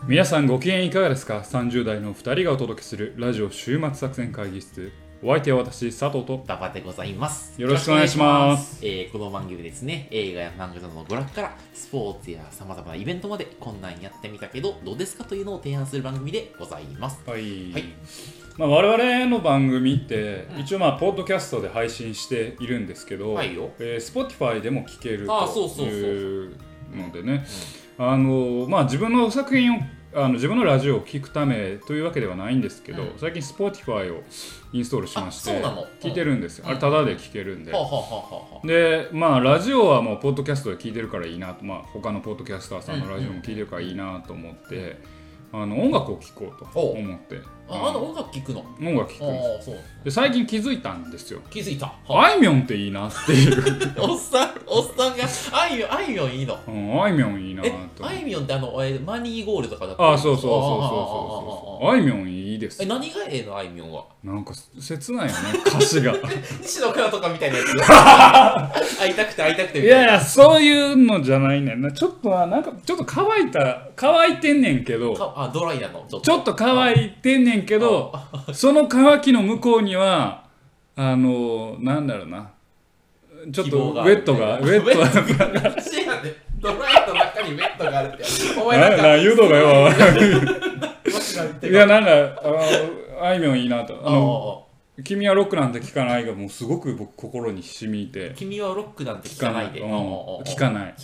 皆さんご機嫌いかがですか。30代の2人がお届けするラジオ週末作戦会議室。お相手は私、佐藤とダバでございます。 よろしくお願いします。 この番組ですね、映画や漫画などの娯楽からスポーツや様々なイベントまでこんなんやってみたけどどうですかというのを提案する番組でございます。 はい。我々の番組って、一応ポッドキャストで配信しているんですけど、Spotify でも聞けるというのでね、自分の作品を自分のラジオを聞くためというわけではないんですけど、最近 Spotify をインストールしまして聞いてるんですよ。あれタダで聞けるんで、でラジオはもうポッドキャストで聞いてるからいいなと、他のポッドキャスターさんのラジオも聞いてるからいいなと思って、音楽を聴こうと思って。 音楽聴くの？ 音楽聴くんですよ。で最近気づいたんですよ。 気づいた。 あいみょんっていいなっていうおっさんがあいみょんいいの。 あいみょんいいなと。 あいみょんってマニーゴールドとかだった。 そうあいみょんいいです。 何がええのあいみょんは。 なんか切ないよね、歌詞が。 西野カナとかみたいなやつ。会いたくていやそういうのじゃないねんな。ちょっと乾いてんねんけど、 ドライなのちょっと乾いてんねんけど、その乾きの向こうにはなんだろうな、ちょっとウェットがドライの中にウェットがあるって。お前言うのがよ。いやあいみょんいいなと。君はロックなんて聞かないがもうすごく僕心に染みて。 君はロックなんて聞かないで。 聞かない。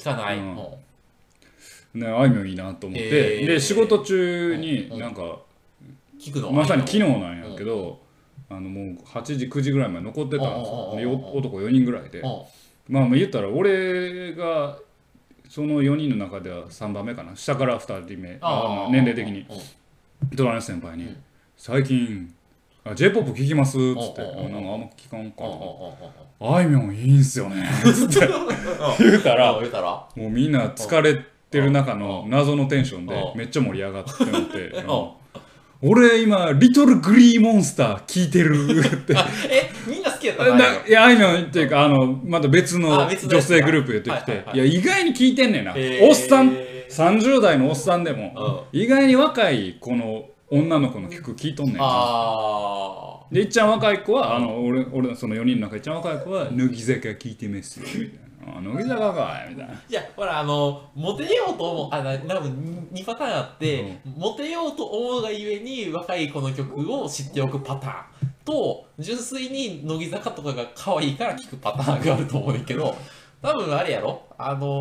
ね、あいみょんいいなと思って、で仕事中になんか聞くのまさに昨日なんやけど、もう8時9時ぐらいまで残ってたんですよ。男4人ぐらいで、言ったら俺がその4人の中では3番目かな、下から2人目、年齢的に。隣の先輩に「最近J-POP 聴きます」っつって「なんかあんま聞かんかな、あいみょんいいんすよね」っつって言うたら、もうみんな疲れてる中の謎のテンションでめっちゃ盛り上がって思って「俺今リトルグリーモンスター聴いてる」って。 みんな好きやったの？いやあいみょんっていうかまた別の女性グループ言ってきて、いや意外に聴いてんねんな。おっさん30代のおっさんでも意外に若いこの女の子の曲聴いとんねん。でいっちゃん若い子は俺その4人の中いっちゃん若い子は「乃木坂聴いてますよ」みたいな「乃木坂かい」みたいな。 いやほらモテようと思う多分2パターンあって、モテようと思うがゆえに若い子の曲を知っておくパターンと、純粋に乃木坂とかが可愛いから聴くパターンがあると思うんだけど、多分あれやろ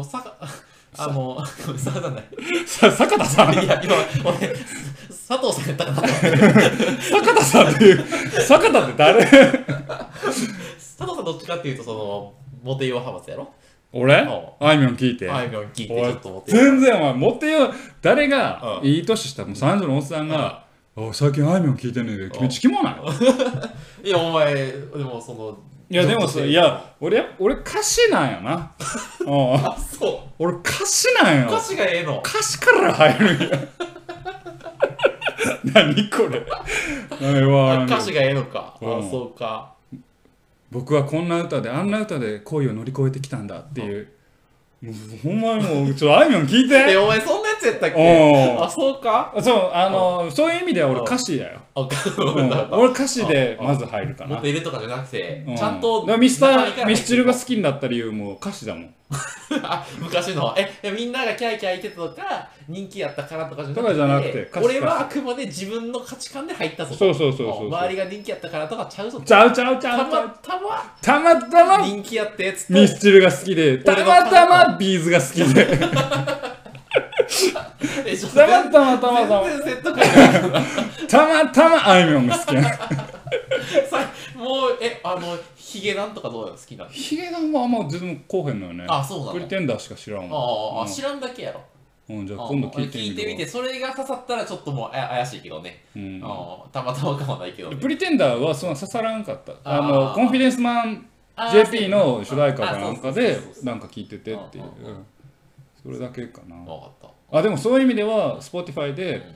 坂田さんいや今俺佐藤さんやったかな。 坂田さんっていう坂田って誰？佐藤さんどっちかっていうとそのモテよう派閥やろ。 俺あいみょん聞いてちょっとモテよう。 全然モテよう。誰がいい年したもう30のおっさんが最近あいみょん聞いてんねんけどめっちゃキモない？ いやお前でもそのでも俺歌詞なんやな。 そう俺歌詞なんや。 歌詞がええの？ 歌詞から入るんや。何これ。 歌詞がええのか。そうか。 僕はこんな歌であんな歌で恋を乗り越えてきたんだっていう。もうほんまにもうちょっとあいみょん聞いて。 お前そんなやつやったっけ？そうか。 そういう意味では俺歌詞だよ。俺歌詞でまず入るかな。 モテるとかじゃなくてちゃんとミスチルが好きになった理由も歌詞だもん。 昔のみんながキャイキャイ言ってたとか人気やったからとかじゃなくて、俺はあくまで自分の価値観で入ったぞ。そう周りが人気やったからとかちゃうぞ。 ちゃうたまたま人気やったやつとミスチルが好きで、たまたまビーズが好きでたまたまあいみょんが好きな。 もうヒゲダンとかどうや好きなの？ ヒゲダンは全然こうへんのよね。 そうなの？ プリテンダーしか知らんわ。 知らんだけやろ。 じゃあ今度聞いてみて。 それが刺さったらちょっともう怪しいけどね。たまたまかもないけど。 プリテンダーはそんな刺さらんかった。コンフィデンスマン JP の主題歌かなんかでなんか聞いててっていう。それだけかな。でもそういう意味では Spotify で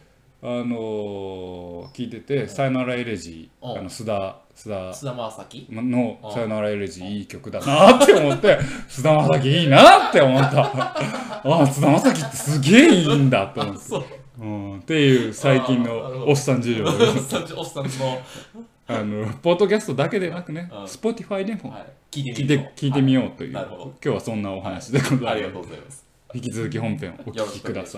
聞いてて、さよならエレジー、須田将暉のさよならエレジーいい曲だなって思って、須田将暉いいなって思った。菅田将暉ってすげえいいんだって思って。 っていう最近のおっさん事情おっさんのポッドキャストだけでなくね、Spotify でも聞いてみようという、今日はそんなお話でございます。 ありがとうございます。 引き続き本編お聞きください。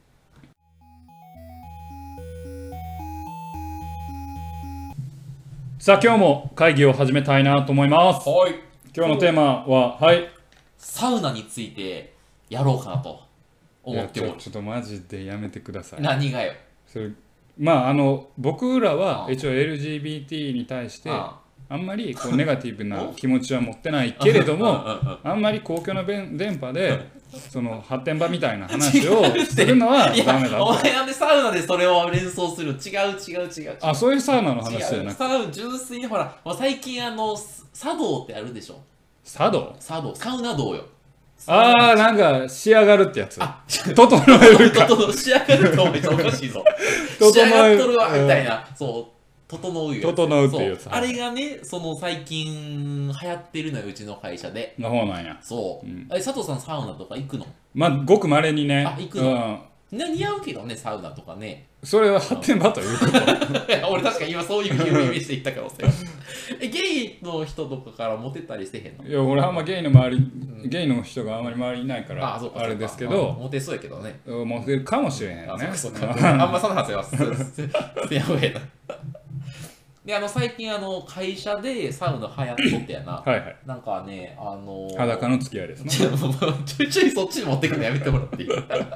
さあ今日も会議を始めたいなと思います。 はい。 今日のテーマは、はい。 サウナについてやろうかなと思っておる。 ちょっとマジでやめてください。 何がよ。 それ僕らは一応 LGBT に対してあんまりこうネガティブな気持ちは持ってないけれども、あんまり公共の電波でその発展場みたいな話をするのはダメだと。 お前なんでサウナでそれを連想するの？違う。 あ、そういうサウナの話じゃなくて、 純粋にほら最近茶道ってあるでしょ。 茶道？ サウナ道よ。 なんか仕上がるってやつ。整えるか。 仕上がるってお前おかしいぞ。仕上がっとるわみたいな。そう。整うよ。 整うっていうやつ。 あれがね、最近流行ってるのよ、うちの会社で。 の方なんや。 そう。佐藤さんサウナとか行くの？ まあ、ごく稀にね。 行くの？似合うけどね、サウナとかね。 それは発展場ということ。 俺確かに今そういうイメージで言ったからゲイの人とかからモテたりしてへんの？ いや、俺あんまゲイの周り、ゲイの人があんまり周りにいないからあれですけど、 モテそうやけどね。 モテるかもしれへんね。 あんまその話はせやほえな。で最近会社でサウナ流行っとってやな。 はいはい。 なんかね裸の付き合いですね。 ちょいちょいそっちに持ってくのやめてもらっていい？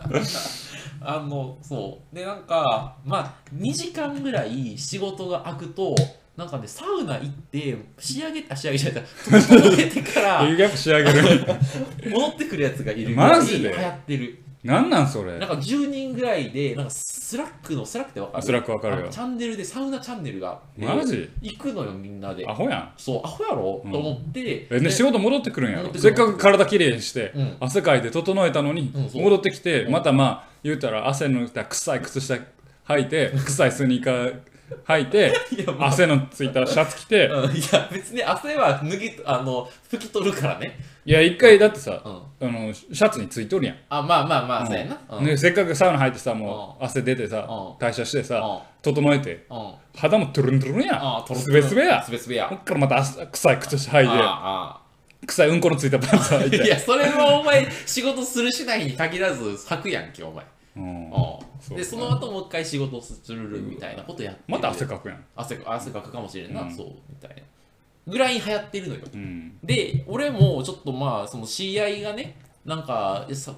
そうでなんかまあ2時間ぐらい仕事が空くとなんかねサウナ行って仕上げちゃった整えてから仕上げる戻ってくるやつがいるぐらい流行ってる。 なんそれ？ なんか10人ぐらいでなんかスラックってわかる？ スラックわかるよ。 チャンネルでサウナチャンネルがマジ？ 行くのよみんなで。 アホやん。 そうアホやろ、と思って仕事戻ってくるんやろ。せっかく体きれいにして、汗かいて整えたのに、戻ってきて、また言うたら汗の臭い靴下履いて臭いスニーカー履いて汗のついたシャツ着て、 いや別に汗は拭き取るからね。 いや一回だってさ、シャツについとるやん。 まあそうやな。 せっかくサウナ入ってさ、もう汗出てさ、代謝してさ、整えて、肌もトゥルントゥルンやん。スベスベや。こっからまた臭い靴下履いて、臭いうんこのついたパンツ履いて。 いやそれはお前仕事するしないに限らず履くやんけお前。でその後もう一回仕事するみたいなことやってまた汗かくやん。 汗かくかもしれんな、そうみたいなぐらい流行ってるのよ。で俺もちょっとその知り合いがねなんか行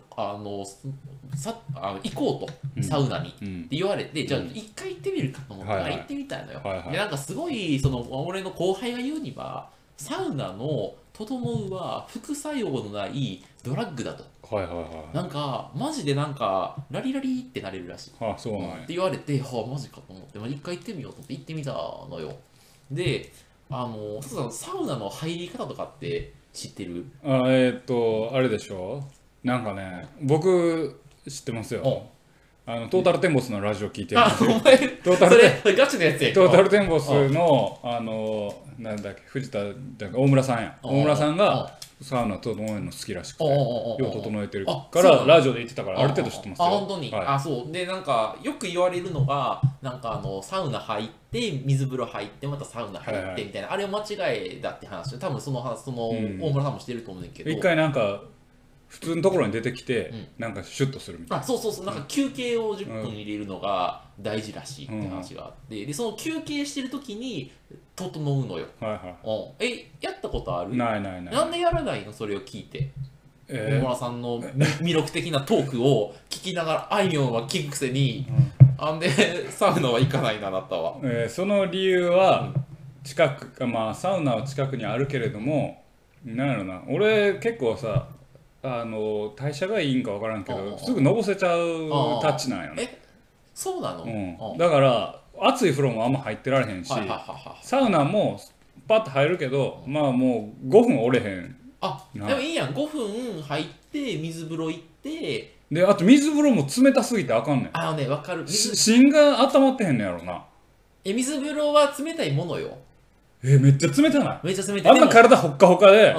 こうとサウナにって言われて、じゃあ一回行ってみるかと思って行ってみたいのよ。でなんかすごい俺の後輩が言うにはサウナの整うは副作用のないドラッグだと。なんかマジでなんかラリラリってなれるらしい。 そうなんやって言われて、マジかと思って、一回行ってみようと思って行ってみたのよ。で、サウナの入り方とかって知ってる？ あれでしょ。なんかね、僕知ってますよ。トータルテンボスのラジオ聞いてるんですよ。 お前それガチのやつや。 トータルテンボスのなんだっけ、藤田大村さんや。大村さんがサウナ整えるの好きらしくて、よう整えてるからラジオで言ってたからある程度知ってますよ。 本当に。そうでなんかよく言われるのがなんかサウナ入って水風呂入ってまたサウナ入ってみたいな、あれを間違いだって話で、多分その大村さんもしてると思うんだけど、 一回なんか普通のところに出てきて、なんかシュッとするみたいな。 そうなんか休憩を10分入れるのが大事らしいって話があって、でその休憩してる時に整うのよ。やったことある？ ない。 なんでやらないの？それを聞いて。大村さんの魅力的なトークを聞きながらあいみょんは聞くくせに、でサウナは行かないな、あなたは。 その理由はサウナは近くにあるけれども、なんやろな、俺結構さ代謝がいいんか分からんけどすぐのぼせちゃうタッチなんよね。 そうなの？ だから熱い風呂もあんま入ってられへんし、サウナもパッと入るけどもう5分おれへん。 でもいいやん、5分入って水風呂行ってで、あと水風呂も冷たすぎてあかんねん。 分かる。 芯が温まってへんのやろな。 水風呂は冷たいものよ。 めっちゃ冷たない？ めっちゃ冷たい。 あんな体ほっかほかで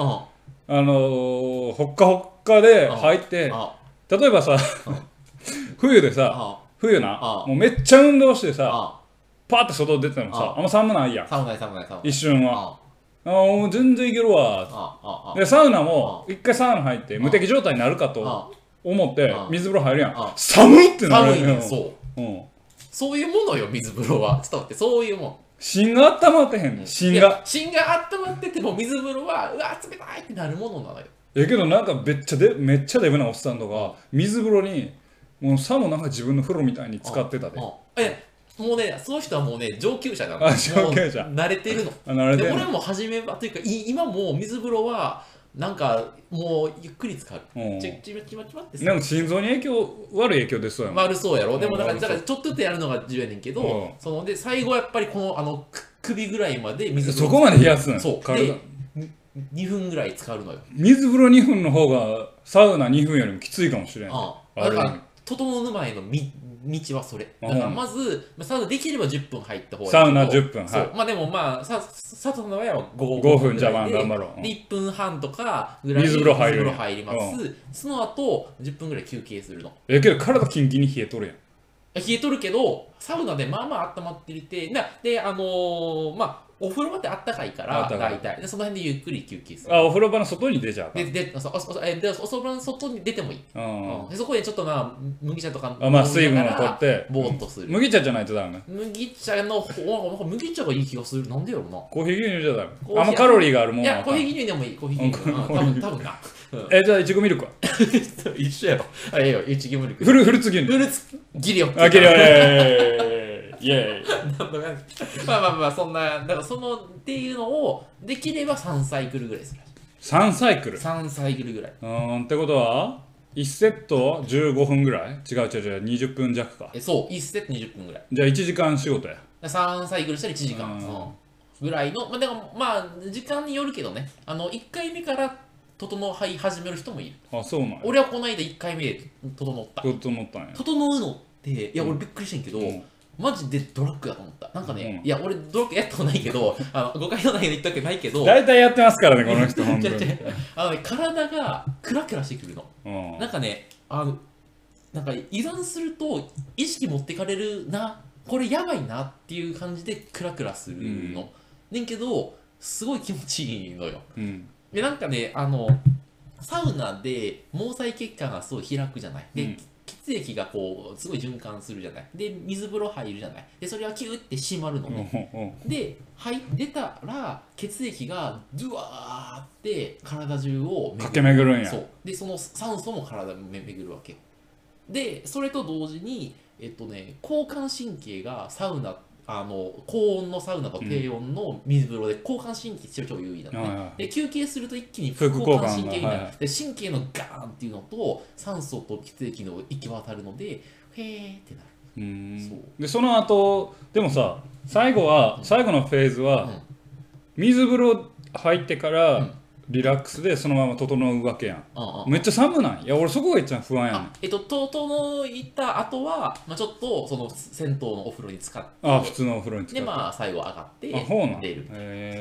ほっかほかで入って、例えばさ冬でさ冬な、もうめっちゃ運動してさ、パーって外出てもさ、あんま寒ないやん。 寒ない。 一瞬は。もう全然いけるわ。で、サウナも、一回サウナ入って、無敵状態になるかと思って、水風呂入るやん。寒ってなるやん。 そう。そういうものよ、水風呂は。ちょっと待って、そういうもん。 芯が温まってへんねん、芯が温まってても、水風呂は、うわ、冷たいってなるものなのよ。 けどなんかめっちゃデブなおっさんとか、水風呂に、もうさもなんか自分の風呂みたいに使ってたで。 もうね、その人はもうね、上級者なの。 上級者。 慣れてるの。で、俺も初めは、というか、今も水風呂は、なんか、もうゆっくり使う。ちまってでも心臓に悪い影響ですよ。 悪そうやろ。でもだからちょっとずつやるのが重要やねんけど、で、最後やっぱりこの、首ぐらいまで水風呂。 そこまで冷やすの。 そう。で、2分ぐらい使うのよ。 水風呂2分の方が、サウナ2分よりもきついかもしれない。 だから、整う前の道はそれ。だからまず、サウナできれば10分入った方がいい。 サウナ10分、 はい。まあでも佐藤の場合は 5分じゃ頑張ろう。で、1分半とかぐらい水風呂入ります。その後、10分ぐらい休憩するの。 けど体キンキンに冷えとるやん。 冷えとるけど、サウナでまあまあ温まってるて、で、まあ、お風呂場ってあったかいから、大体。で、その辺でゆっくり休憩する。 お風呂場の外に出ちゃう。 お風呂場の外に出てもいい。そこでちょっと麦茶とか水分を取って、 ぼーっとする。 麦茶じゃないとダメ。 麦茶がいい気がする。なんでやろうな。 コーヒー牛乳じゃダメ。あんまカロリーがあるもん。 いや、コーヒー牛乳でもいい。コーヒー牛乳。多分な。 じゃあ、いちごミルクは一緒やろ。ええよ、いちごミルク。 フルーツ牛乳。 フルーツギリオ。 ギリオ。イエーイ。 まあ、そんな、だからっていうのを、できれば3サイクルぐらいする。 3サイクル ?3 サイクルぐらい。 ってことは、1セット15分ぐらい違う、20分弱か。 そう、1セット20分ぐらい。 じゃあ1時間仕事や。 3サイクルしたら1時間。ぐらいの、だからまあ、時間によるけどね、1回目から整い始める人もいる。 そうなんや。 俺はこの間1回目で整った。 整ったんや。 整うのって、いや、俺びっくりしてんけど、マジでドラッグだと思った。なんかね、いや、俺ドラッグやったことないけど、誤解のないで言ったわけないけど、 大体やってますからね、この人、本当に。 体がクラクラしてくるの。なんかね、なんか依存すると意識持ってかれるな、これやばいなっていう感じでクラクラするの。ねんけど、すごい気持ちいいのよ。で、なんかね、サウナで毛細血管がすごい開くじゃない。で、血液がこうすごい循環するじゃない。で、水風呂入るじゃない。で、それはキューって締まるのね。で、出たら血液がドゥワーって体中を駆け巡るんや。 そう。で、その酸素も体を巡るわけ。で、それと同時に、交感神経がサウナ、高温のサウナと低温の水風呂で交感神経超優位なのね。で、休憩すると一気に副交感神経になる。で、神経のガーンっていうのと酸素と血液の行き渡るので、へーってなる。 で、その後、でもさ、最後のフェーズは、水風呂入ってから、リラックスでそのまま整うわけやん。めっちゃ寒ない。いや、俺そこが一番不安やん。 整いた後は、ちょっとその銭湯のお風呂に使って、 普通のお風呂に使って。 で、最後上がって出る。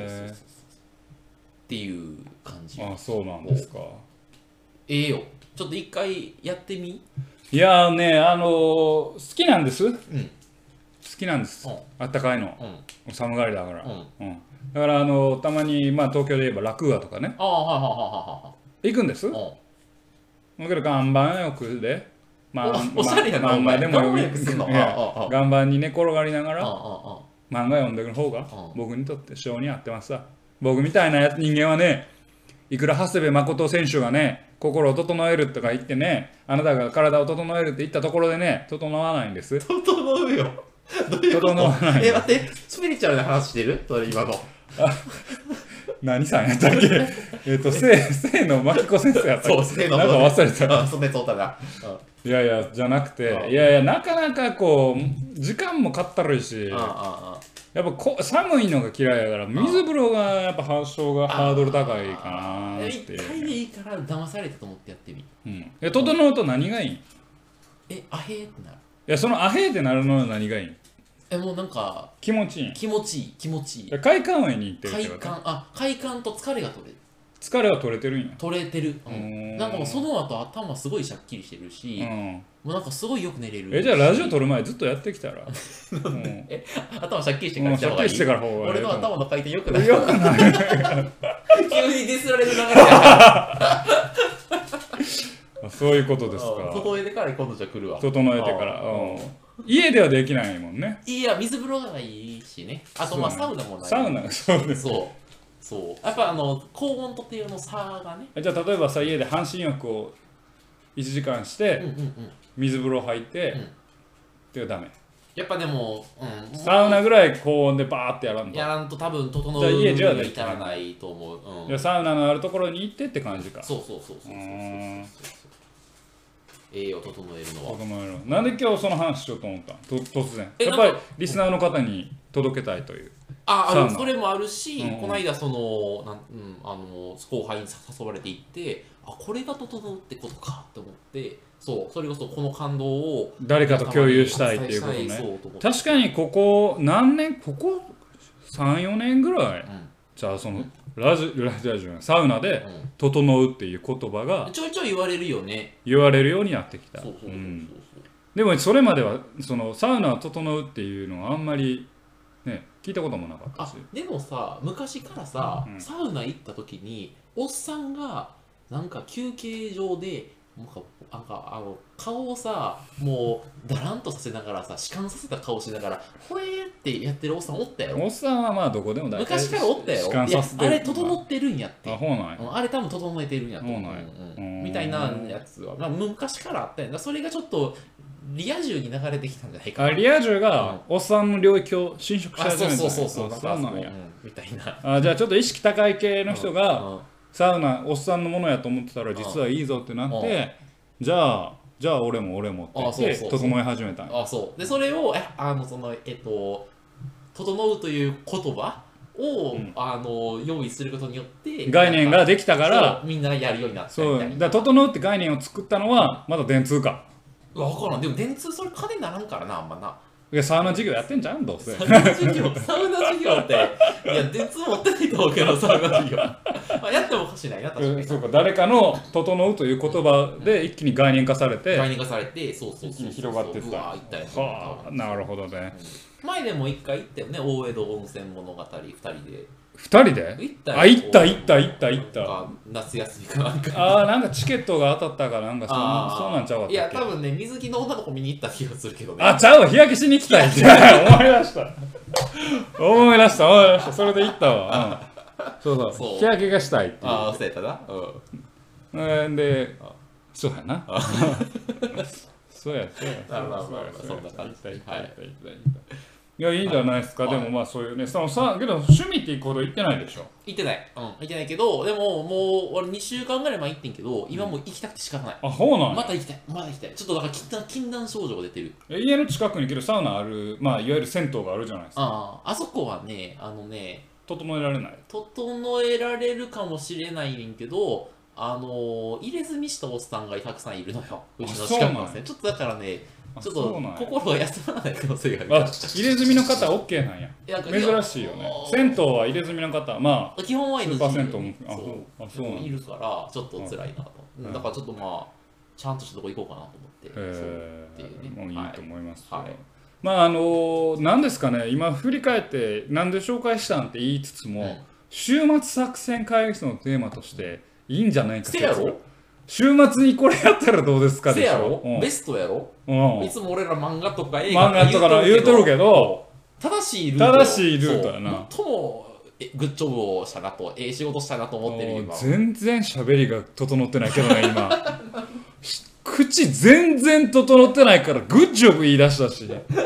っていう感じ。 そうなんですか。 よ。ちょっと一回やってみ。 いやーね、好きなんです。好きなんです。あったかいの。寒がりだから。だからたまに東京で言えばラクーアとかね行くんです。だけど岩盤浴でおしゃれやな、お前。 でも岩盤に寝転がりながら漫画読んでる方が僕にとって性に合ってますさ。僕みたいな人間はね、いくら長谷部誠選手がね心を整えるとか言ってね、あなたが体を整えるって言ったところでね整わないんです。 整うよ。整わない。待って、スピリチュアルな話してる？それ今の。 何さんやったっけ？聖の真紀子先生やったっけ？ そう、聖の。 なんか忘れた。 そんなやつおったな。 いやいや、じゃなくて、いやいや、なかなかこう、時間もかったるいし、やっぱ寒いのが嫌いやから、水風呂がやっぱ発症がハードル高いかなっていう。 一回でいいから騙されたと思ってやってみ。 整うと何がいいん？ アヘーってなる。 いや、そのアヘーってなるのは何がいいん？ もうなんか気持ちいい。 気持ちいい。 快感を得に行ってるってこと？快感と疲れが取れる。 疲れは取れてるんや。 取れてる、なんかもうその後頭すごいシャッキリしてるし、もうなんかすごいよく寝れる。 じゃあラジオ撮る前ずっとやってきたら頭シャッキリしてからした方がいい。 シャッキリしてから方がいい。 俺の頭の回転よくない。 よくない急にディスられる流れやそういうことですか。 整えてから今度じゃ来るわ。 整えてから。家ではできないもんね。 いや、水風呂がいいしね。あとまあサウナもない。 サウナ、そうです。 そう。やっぱ高温と低温の差がね。 じゃあ例えばさ、家で半身浴を1時間して、水風呂入って、ってダメ。 やっぱでも、 サウナぐらい高温でバーってやらんと。 やらんと多分整うに至らないと思う。 じゃあサウナのあるところに行ってって感じか。 そう。栄養整えるのは。 整える。なんで今日その話しようと思った突然。やっぱりリスナーの方に届けたいという。 それもあるし、この間後輩に誘われて行って、これが整うってことかと思って、それこそこの感動を誰かと共有したいっていうことね。確かにここ3、4年ぐらい、じゃあそのラジオサウナで「整う」っていう言葉がちょいちょい言われるよね。 言われるようになってきた。でもそれまではそのサウナを整うっていうのはあんまりね聞いたこともなかったし。 でもさ、昔からさ、サウナ行った時におっさんがなんか休憩所でなんか顔をさ、もうだらんとさせながらさ、弛緩させた顔しながらほえーってやってるおっさんおったやろ。 おっさんはまあどこでも大体昔からおったやろ。いや、あれ整ってるんやって。あれ多分整えてるんやと思う。みたいなやつは、昔からあったやん。それがちょっとリア充に流れてきたんじゃないかな。 リア充がおっさんの領域を侵食し始めた。 そうなんや。みたいな。じゃあちょっと意識高い系の人がサウナおっさんのものやと思ってたら実はいいぞってなって、じゃあ俺もって言って整え始めたんや。 でそれを整うという言葉を用意することによって概念ができたからみんなやるようになった。 そうだから整うって概念を作ったのはまだ電通か。 分からん。でも電通それ金にならんからな、あんまな。 いや、サウナ事業やってんじゃん、どうせ。 サウナ事業って、いや、電通持ってないと思うけど、サウナ事業。やってもおかしないな、確かに。 そうか、誰かの「整う」という言葉で一気に概念化されて、 一気に広がっていった。はあ、なるほどね。 前でも一回行ったよね、大江戸温泉物語、2人で。 2人で行った夏休みかなんか。 なんかチケットが当たったかなんかそうなんちゃうわ。 いや、多分ね、水着の女の子見に行った気がするけどね。 ちゃうわ、日焼けしに行きたいって思い出したそれで行ったわ。そう日焼けがしたいっていう。 そうやったな。 でそうやな。そうやそんな感じ。 いや、いいんじゃないですか。でもまあそういうね、けど趣味って行くほど行ってないでしょ。 行ってないけど、でももう俺2週間ぐらい前行ってんけど、今もう行きたくて仕方ない。 そうなん。 また行きたい。ちょっとだから禁断症状が出てる。 家の近くにけどサウナある、いわゆる銭湯があるじゃないですか。 あそこはね、 整えられない。 整えられるかもしれないねんけど、入れ墨したおっさんがたくさんいるのよ。うちの近くのね。ちょっとだからね、ちょっと心が休まらない可能性がある。 入れ墨の方 OK なんや。珍しいよね。銭湯は入れ墨の方、 基本は NG。スーパー銭湯もいるからちょっと辛いなと。だからちょっとちゃんとしたとこ行こうかなと思って。 もういいと思います。何ですかね、今振り返ってなんで紹介したんって言いつつも、週末作戦会議室のテーマとしていいんじゃないかと。週末にこれやったらどうですかでしょ。 ベストやろ。いつも俺ら漫画とか映画とか言うとるけど、 正しいルートやな。 最もグッジョブをしたなと、仕事したなと思ってる今。 全然喋りが整ってないけどね、今。口全然整ってないからグッジョブ言い出したし。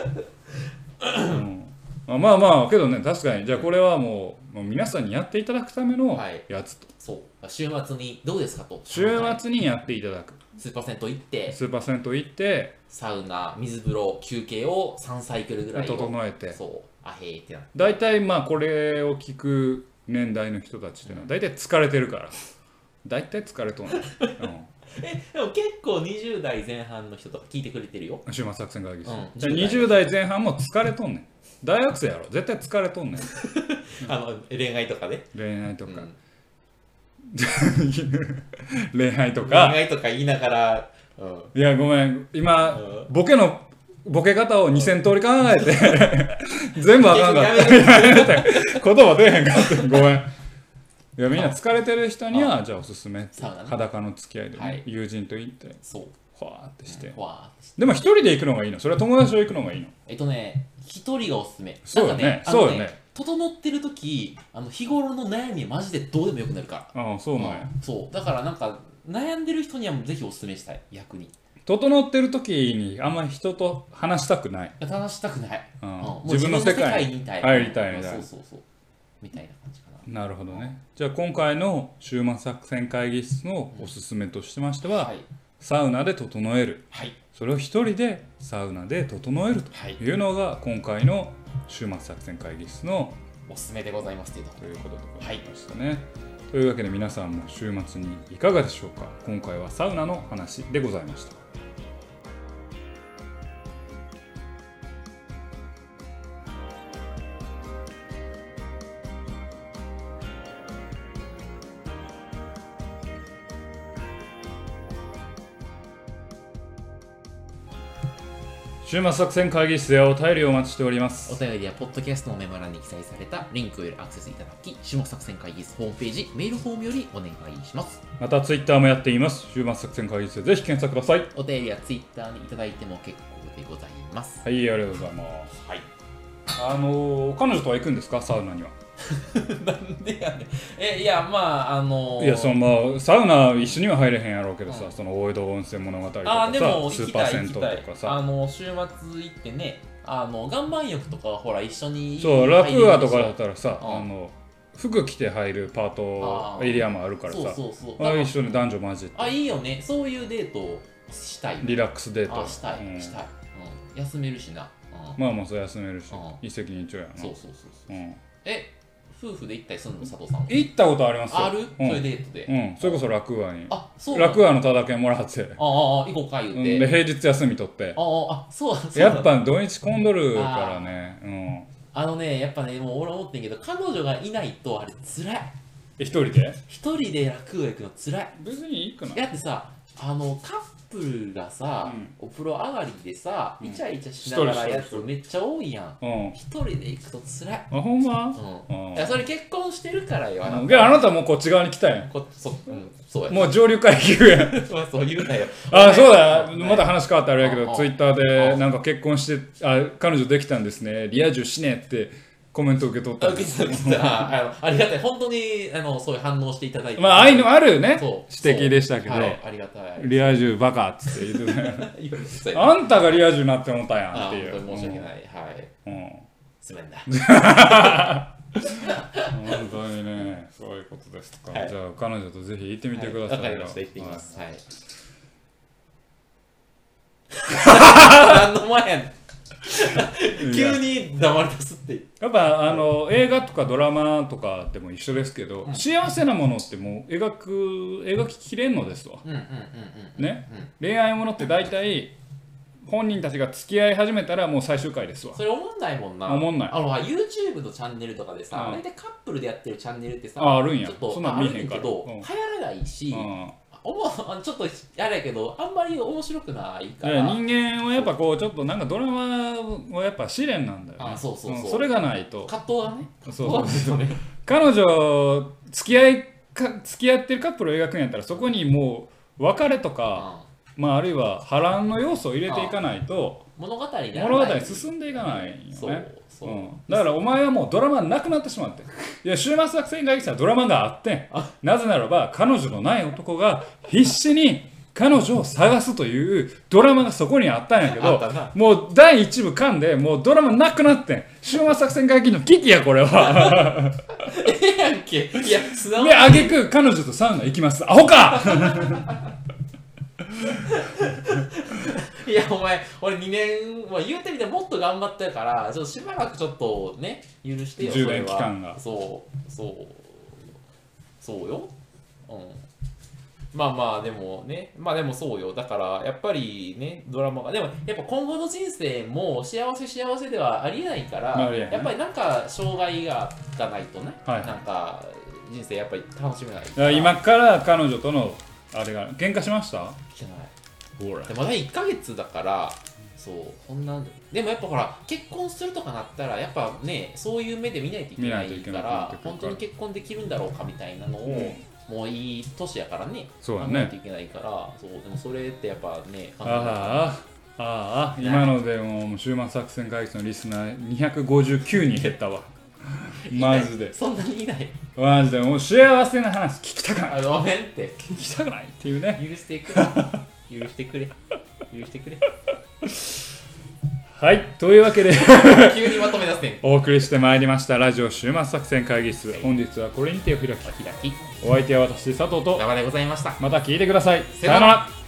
けどね、確かに。じゃあこれはもう皆さんにやっていただくためのやつと。 週末にどうですかと。 週末にやっていただく。 スーパー銭湯行ってサウナ、水風呂、休憩を3サイクルぐらい整えて、 ってなって。 大体これを聞く年代の人たちっていうのは大体疲れてるから。大体疲れとんねん。 でも結構20代前半の人とか聞いてくれてるよ。 週末作戦会議室。じゃあ20代前半も疲れとんねん。大学生やろ、絶対疲れとんねん。 恋愛とかね。 恋愛とか。 恋愛とか恋愛とか言いながら、 いやごめん今、ボケ方を2000通り考えて全部あかんかった言葉出へんかったごめん。いやみんな疲れてる人にはじゃあおすすめって裸の付き合いでね、友人と行ってそうファーってして、でも一人で行くのがいいの？それは友達と行くのがいいの？ 一人がおすすめ。 そうよね、そうよね。 整ってる時日頃の悩みマジでどうでもよくなるから。 ああそうなんや。 そうだからなんか悩んでる人にはぜひおすすめしたい。逆に整ってる時にあんまり人と話したくない。 話したくない。 自分の世界に入りたいみたいな。 そうみたいな感じかな。なるほどね。じゃあ今回の週末作戦会議室のおすすめとしましては、サウナで整える。それを一人でサウナで整えるというのが今回の週末作戦会議室のおすすめでございますということでございましたね。というわけで皆さんも週末にいかがでしょうか。今回はサウナの話でございました。週末作戦会議室でお便りをお待ちしております。 お便りはポッドキャストのメモ欄に記載されたリンクよりアクセスいただき、週末作戦会議室ホームページメールフォームよりお願いします。 またツイッターもやっています。週末作戦会議室でぜひ検索ください。 お便りはツイッターにいただいても結構でございます。 はい、ありがとうございます。彼女とは行くんですか、サウナには？ なんでやねん。いやまあいやそのサウナ一緒には入れへんやろうけどさ、その大江戸温泉物語とかさ、 でもスーパー銭湯とかさ、 週末行ってね、岩盤浴とかはほら一緒にそうラクーアとかだったらさ、服着て入るパートエリアもあるからさ、一緒に男女混じって、 いいよね、そういうデートしたい。 リラックスデートしたい、休めるしな。 まあまあそう休めるし、一石二鳥やな。 そう夫婦で行ったりするの？佐藤さん行ったことありますよ。 ある？そういうデートで。 それこそラクーアに。 そうラクーアのタダ券もらって。 行こうか言うて。 で平日休み取って。 そうやっぱ土日混んどるからね。 やっぱね、もう俺思ってんけど、彼女がいないとあれ辛い。 一人で？ 一人でラクーア行くの辛い。 別にいいかな。 だってさ、カップルがさ、お風呂上がりでさ、イチャイチャしながらやつめっちゃ多いやん。一人で行くと辛い。 ほんま？ いやそれ結婚してるからよ。 あなたもうこっち側に来たやん。 そうや。 もう上流階級やん。 そう言うなよ。 そうだ。まだ話変わってあれやけど、ツイッターでなんか結婚して、彼女できたんですね。リア充しねってコメント受け取った。 ありがたい。本当にそういう反応していただいて。 まあ愛のあるね指摘でしたけど、 ありがたい。 リア充バカっつって言ってた。あんたがリア充になって思ったやんっていう。 本当に申し訳ない。はい。すめんだ。 本当にね、そういうことですか。じゃあ彼女とぜひ行ってみてください。 わかりました。行ってみます。はい。何の前やねん。急に黙り出すってやっぱ映画とかドラマとかでも一緒ですけど、幸せなものってもう描ききれんのですわ。ね、恋愛ものって大体本人たちが付き合い始めたらもう最終回ですわ。 それ思んないもんな。 思んない。 YouTube のチャンネルとかでさ、大体カップルでやってるチャンネルってさ、 あるんや。 ちょっとそんなん見へんけど、流行らないし、ちょっとあれやけど、あんまり面白くないから。 人間はやっぱこうちょっとなんかドラマはやっぱ試練なんだよね。それがないと。 葛藤がね。 そう彼女付き合ってるカップルを描くんやったら、そこにもう別れとか、あるいは波乱の要素を入れていかないと物語進んでいかないよね。だからお前はもうドラマなくなってしまって、いや週末作戦会議室はドラマがあって、なぜならば彼女のない男が必死に彼女を探すというドラマがそこにあったんやけど、もう第1部噛んでもうドラマなくなってん。週末作戦会議の危機やこれは。 やんけ。いや素直に。 で挙句彼女とサウナ行きます。アホか。 いやお前俺2年、言うてみてもっと頑張ってるから、ちょっとしばらくちょっとね許してよ。 10年期間が。 そうよ。でもね、でもそうよ。だからやっぱりね、ドラマがでもやっぱ今後の人生も幸せではありえないから、やっぱりなんか障害がないとね、なんか人生やっぱり楽しめないかだからら今から彼女とのあれが喧嘩しましたしてないほらでまだ1ヶ月だからそうそんなでもやっぱほら結婚するとかなったらやっぱねそういう目で見ないといけない見ないといけなくなからってくるから本当に結婚できるんだろうかみたいなのを、もういい年やからねそうだね考えないといけないからそうでもそれってやっぱねああ今のでもう週末作戦会議室のリスナー259人減ったわマジでそんなにいないマジでもう幸せな話聞きたくないごめんって聞きたくないっていうね許してくれ許してくれ許してくれはいというわけで急にまとめ出せんお送りしてまいりましたラジオ週末作戦会議室、 はい本日はこれにてお開きお開きお相手は私佐藤と生でございましたまた聞いてくださいさよなら